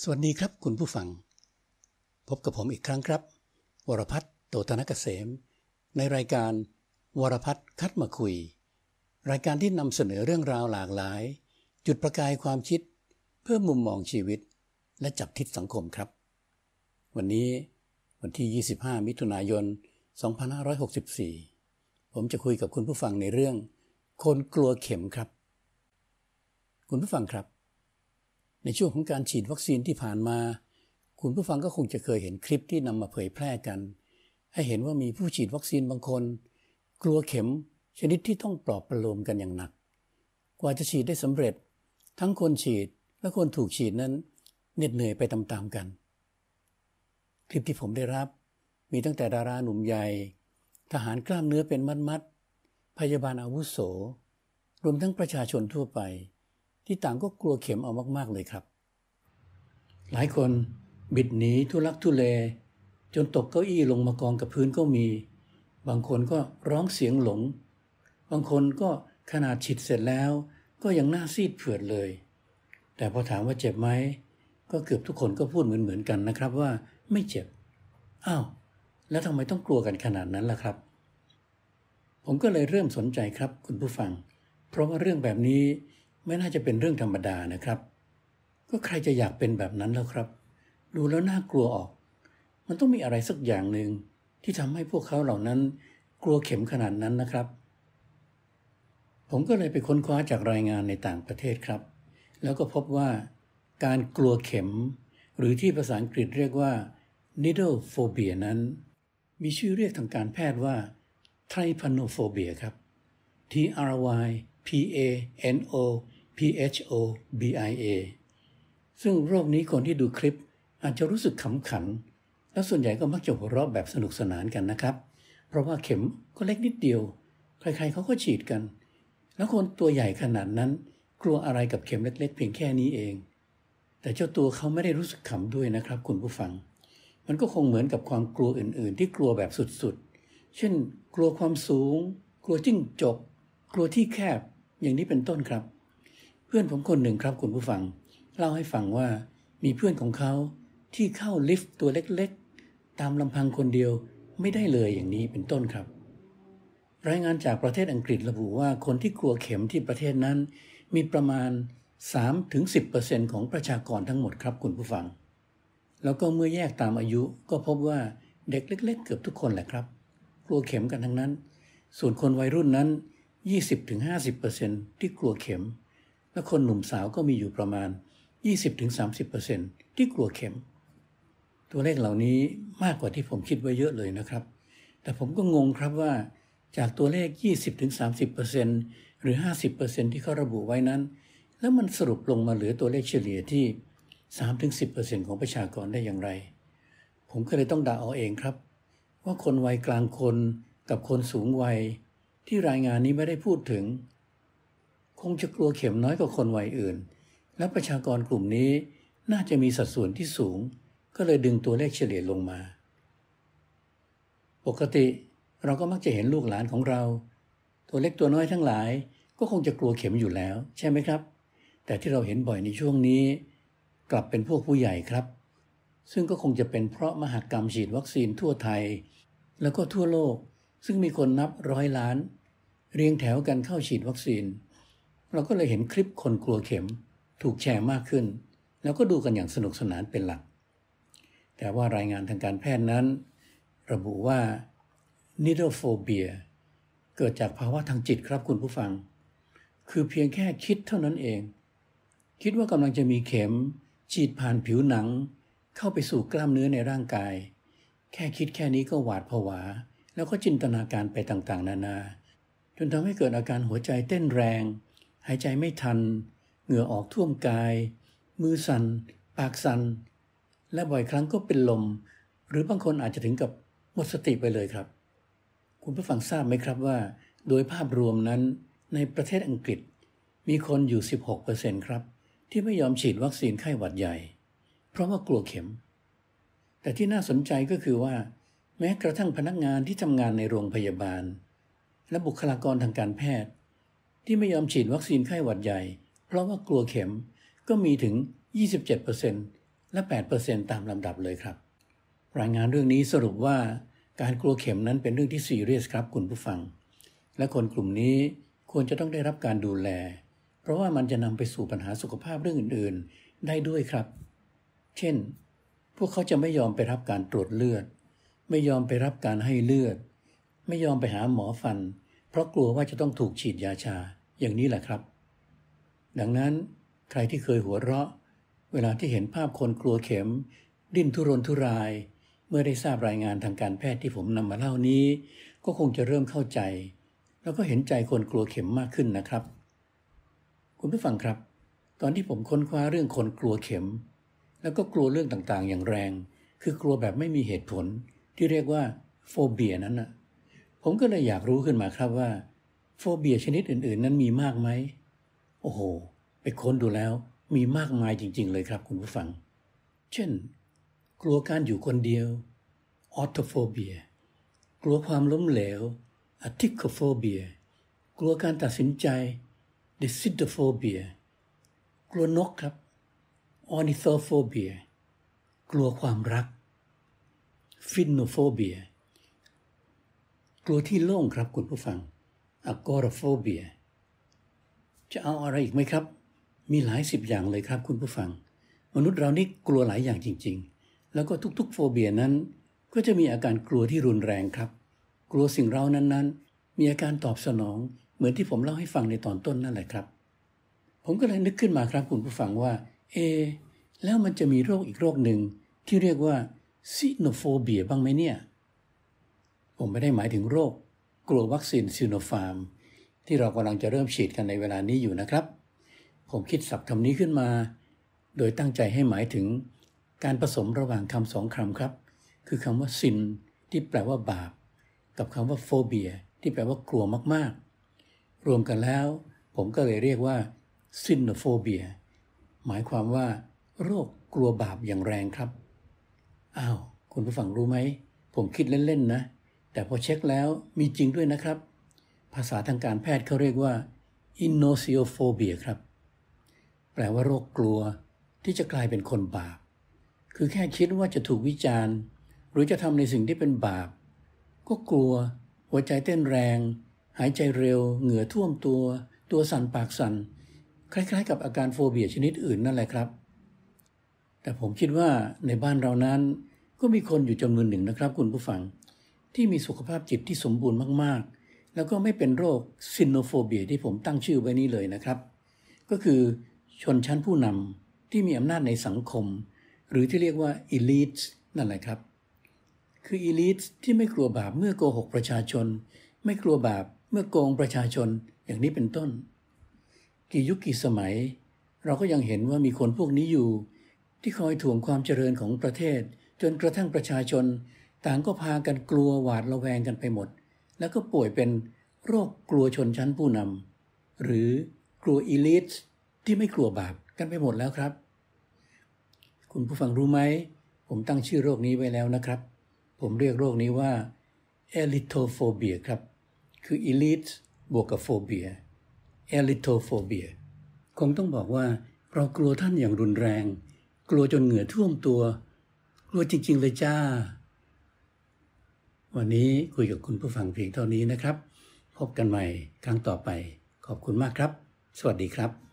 สวัสดีครับคุณผู้ฟังพบกับผมอีกครั้งครับวรพัฒน์โตตนเกษมในรายการวรพัฒน์คัดมาคุยรายการที่นำเสนอเรื่องราวหลากหลายจุดประกายความคิดเพื่อมุมมองชีวิตและจับทิศสังคมครับวันนี้วันที่25มิถุนายน2564ผมจะคุยกับคุณผู้ฟังในเรื่องคนกลัวเข็มครับคุณผู้ฟังครับในช่วงของการฉีดวัคซีนที่ผ่านมาคุณผู้ฟังก็คงจะเคยเห็นคลิปที่นำมาเผยแพร่กันให้เห็นว่ามีผู้ฉีดวัคซีนบางคนกลัวเข็มชนิดที่ต้องปลอบประโลมกันอย่างหนักกว่าจะฉีดได้สำเร็จทั้งคนฉีดและคนถูกฉีดนั้นเหน็ดเหนื่อยไปตามๆกันคลิปที่ผมได้รับมีตั้งแต่ดาราหนุ่มใหญ่ทหารกล้ามเนื้อเป็นมัดๆพยาบาลอาวุโสรวมทั้งประชาชนทั่วไปที่ต่างก็กลัวเข็มเอามากๆเลยครับหลายคนบิดหนีทุลักทุเลจนตกเก้าอี้ลงมากองกับพื้นก็มีบางคนก็ร้องเสียงหลงบางคนก็ขนาดฉีดเสร็จแล้วก็ยังหน้าซีดเผือดเลยแต่พอถามว่าเจ็บไหมก็เกือบทุกคนก็พูดเหมือนกันนะครับว่าไม่เจ็บอ้าวแล้วทำไมต้องกลัวกันขนาดนั้นล่ะครับผมก็เลยเริ่มสนใจครับคุณผู้ฟังเพราะว่าเรื่องแบบนี้ไม่น่าจะเป็นเรื่องธรรมดานะครับก็ใครจะอยากเป็นแบบนั้นแล้วครับดูแล้วน่ากลัวออกมันต้องมีอะไรสักอย่างหนึ่งที่ทำให้พวกเขาเหล่านั้นกลัวเข็มขนาดนั้นนะครับผมก็เลยไปค้นคว้าจากรายงานในต่างประเทศครับแล้วก็พบว่าการกลัวเข็มหรือที่ภาษาอังกฤษเรียกว่า needle phobia นั้นมีชื่อเรียกทางการแพทย์ว่า trypanophobia ครับ trypanophobia ซึ่งโรคนี้คนที่ดูคลิปอาจจะรู้สึกขำขันและส่วนใหญ่ก็มักจะหัวเราะแบบสนุกสนานกันนะครับเพราะว่าเข็มก็เล็กนิดเดียวใครๆเขาก็ฉีดกันแล้วคนตัวใหญ่ขนาดนั้นกลัวอะไรกับเข็มเล็กๆเพียงแค่นี้เองแต่เจ้าตัวเขาไม่ได้รู้สึกขำด้วยนะครับคุณผู้ฟังมันก็คงเหมือนกับความกลัวอื่นๆที่กลัวแบบสุดๆเช่นกลัวความสูงกลัวจิ้งจกกลัวที่แคบอย่างนี้เป็นต้นครับเพื่อนผมคนหนึ่งครับคุณผู้ฟังเล่าให้ฟังว่ามีเพื่อนของเขาที่เข้าลิฟต์ตัวเล็กๆตามลำพังคนเดียวไม่ได้เลยอย่างนี้เป็นต้นครับรายงานจากประเทศอังกฤษระบุว่าคนที่กลัวเข็มที่ประเทศนั้นมีประมาณ 3-10% ของประชากรทั้งหมดครับคุณผู้ฟังแล้วก็เมื่อแยกตามอายุก็พบว่าเด็กเล็กๆเกือบทุกคนแหละครับกลัวเข็มกันทั้งนั้นส่วนคนวัยรุ่นนั้น 20-50% ที่กลัวเข็มและคนหนุ่มสาวก็มีอยู่ประมาณ 20-30% ที่กลัวเข็มตัวเลขเหล่านี้มากกว่าที่ผมคิดไว้เยอะเลยนะครับแต่ผมก็งงครับว่าจากตัวเลข 20-30% หรือ 50% ที่เขาระบุไว้นั้นแล้วมันสรุปลงมาเหลือตัวเลขเฉลี่ยที่ 3-10% ของประชากรได้อย่างไรผมก็เลยต้องเดาเอาเองครับว่าคนวัยกลางคนกับคนสูงวัยที่รายงานนี้ไม่ได้พูดถึงคงจะกลัวเข็มน้อยกว่าคนวัยอื่นและประชากรกลุ่มนี้น่าจะมีสัดส่วนที่สูงก็เลยดึงตัวเลขเฉลี่ยลงมาปกติเราก็มักจะเห็นลูกหลานของเราตัวเล็กตัวน้อยทั้งหลายก็คงจะกลัวเข็มอยู่แล้วใช่ไหมครับแต่ที่เราเห็นบ่อยในช่วงนี้กลับเป็นพวกผู้ใหญ่ครับซึ่งก็คงจะเป็นเพราะมหกรรมฉีดวัคซีนทั่วไทยแล้วก็ทั่วโลกซึ่งมีคนนับ100 ล้านเรียงแถวกันเข้าฉีดวัคซีนเราก็เลยเห็นคลิปคนกลัวเข็มถูกแชร์มากขึ้นแล้วก็ดูกันอย่างสนุกสนานเป็นหลักแต่ว่ารายงานทางการแพทย์นั้นระบุว่า needle phobia เกิดจากภาวะทางจิตครับคุณผู้ฟังคือเพียงแค่คิดเท่านั้นเองคิดว่ากำลังจะมีเข็มฉีดผ่านผิวหนังเข้าไปสู่กล้ามเนื้อในร่างกายแค่คิดแค่นี้ก็หวาดผวาแล้วก็จินตนาการไปต่างๆนานาจนทำให้เกิดอาการหัวใจเต้นแรงหายใจไม่ทันเหงื่อออกท่วมกายมือสั่นปากสั่นและบ่อยครั้งก็เป็นลมหรือบางคนอาจจะถึงกับหมดสติไปเลยครับคุณผู้ฟังทราบไหมครับว่าโดยภาพรวมนั้นในประเทศอังกฤษมีคนอยู่ 16% ครับที่ไม่ยอมฉีดวัคซีนไข้หวัดใหญ่เพราะว่ากลัวเข็มแต่ที่น่าสนใจก็คือว่าแม้กระทั่งพนักงานที่ทำงานในโรงพยาบาลและบุคลากรทางการแพทย์ที่ไม่ยอมฉีดวัคซีนไข้หวัดใหญ่เพราะว่ากลัวเข็มก็มีถึง 27% และ 8% ตามลำดับเลยครับรายงานเรื่องนี้สรุปว่าการกลัวเข็มนั้นเป็นเรื่องที่ซีเรียสครับคุณผู้ฟังและคนกลุ่มนี้ควรจะต้องได้รับการดูแลเพราะว่ามันจะนำไปสู่ปัญหาสุขภาพเรื่องอื่นๆได้ด้วยครับเช่นพวกเขาจะไม่ยอมไปรับการตรวจเลือดไม่ยอมไปรับการให้เลือดไม่ยอมไปหาหมอฟันเพราะกลัวว่าจะต้องถูกฉีดยาชาอย่างนี้แหละครับดังนั้นใครที่เคยหัวเราะเวลาที่เห็นภาพคนกลัวเข็มดิ้นทุรนทุรายเมื่อได้ทราบรายงานทางการแพทย์ที่ผมนำมาเล่านี้ก็คงจะเริ่มเข้าใจแล้วก็เห็นใจคนกลัวเข็มมากขึ้นนะครับคุณผู้ฟังครับตอนที่ผมค้นคว้าเรื่องคนกลัวเข็มแล้วก็กลัวเรื่องต่างๆอย่างแรงคือกลัวแบบไม่มีเหตุผลที่เรียกว่าโฟเบียนั้นนะผมก็เลยอยากรู้ขึ้นมาครับว่าโฟเบียชนิดอื่นๆนั้นมีมากไหมโอ้โหไปค้นดูแล้วมีมากมายจริงๆเลยครับคุณผู้ฟังเช่นกลัวการอยู่คนเดียวออโตโฟเบียกลัวความล้มเหลวอะทิโคโฟเบียกลัวการตัดสินใจดิซิโดโฟเบียกลัวนกครับออร์นิโทโฟเบียกลัวความรักฟินโนโฟเบียกลัวที่โล่งครับคุณผู้ฟังอะกอราโฟเบียจะเอาอะไรอีกไหมครับมีหลาย10อย่างเลยครับคุณผู้ฟังมนุษย์เรานี่กลัวหลายอย่างจริงๆแล้วก็ทุกๆโฟเบียนั้นก็จะมีอาการกลัวที่รุนแรงครับกลัวสิ่งเร้านั้นๆมีอาการตอบสนองเหมือนที่ผมเล่าให้ฟังในตอนต้นนั่นแหละครับผมก็เลยนึกขึ้นมาครับคุณผู้ฟังว่าแล้วมันจะมีโรคอีกโรคหนึ่งที่เรียกว่าซิโนโฟเบียบ้างไหมเนี่ยผมไม่ได้หมายถึงโรคกลัววัคซีนซิโนฟาร์มที่เรากำลังจะเริ่มฉีดกันในเวลานี้อยู่นะครับผมคิดศัพท์คำนี้ขึ้นมาโดยตั้งใจให้หมายถึงการผสมระหว่างคำ2คำครับคือคำว่าซินที่แปลว่าบาปกับคำว่าโฟเบียที่แปลว่ากลัวมากๆรวมกันแล้วผมก็เลยเรียกว่าซินโนโฟเบียหมายความว่าโรคกลัวบาปอย่างแรงครับอ้าวคุณผู้ฟังรู้ไหมผมคิดเล่นๆนะแต่พอเช็คแล้วมีจริงด้วยนะครับภาษาทางการแพทย์เขาเรียกว่า Inosiophobia ครับแปลว่าโรคกลัวที่จะกลายเป็นคนบาปคือแค่คิดว่าจะถูกวิจารณ์หรือจะทำในสิ่งที่เป็นบาปก็กลัวหัวใจเต้นแรงหายใจเร็วเหงื่อท่วมตัวสั่นปากสั่นคล้ายๆกับอาการโฟเบียชนิดอื่นนั่นแหละครับแต่ผมคิดว่าในบ้านเรานั้นก็มีคนอยู่จำนวนหนึ่งนะครับคุณผู้ฟังที่มีสุขภาพจิตที่สมบูรณ์มากๆแล้วก็ไม่เป็นโรคซินโนโฟเบียที่ผมตั้งชื่อไว้นี้เลยนะครับก็คือชนชั้นผู้นำที่มีอำนาจในสังคมหรือที่เรียกว่า elite นั่นแหละครับคือ elite ที่ไม่กลัวบาปเมื่อโกหกประชาชนไม่กลัวบาปเมื่อโกงประชาชนอย่างนี้เป็นต้นกี่ยุคกี่สมัยเราก็ยังเห็นว่ามีคนพวกนี้อยู่ที่คอยถ่วงความเจริญของประเทศจนกระทั่งประชาชนต่างก็พากันกลัวหวาดระแวงกันไปหมดแล้วก็ป่วยเป็นโรคกลัวชนชั้นผู้นำหรือกลัว elite ที่ไม่กลัวบาปกันไปหมดแล้วครับคุณผู้ฟังรู้ไหมผมตั้งชื่อโรคนี้ไว้แล้วนะครับผมเรียกโรคนี้ว่า elitophobia ครับคือ elite บวกกับ phobia elitophobia คงต้องบอกว่าเรากลัวท่านอย่างรุนแรงกลัวจนเหงื่อท่วมตัวกลัวจริงๆเลยจ้าวันนี้คุยกับคุณผู้ฟังเพียงเท่านี้นะครับพบกันใหม่ครั้งต่อไปขอบคุณมากครับสวัสดีครับ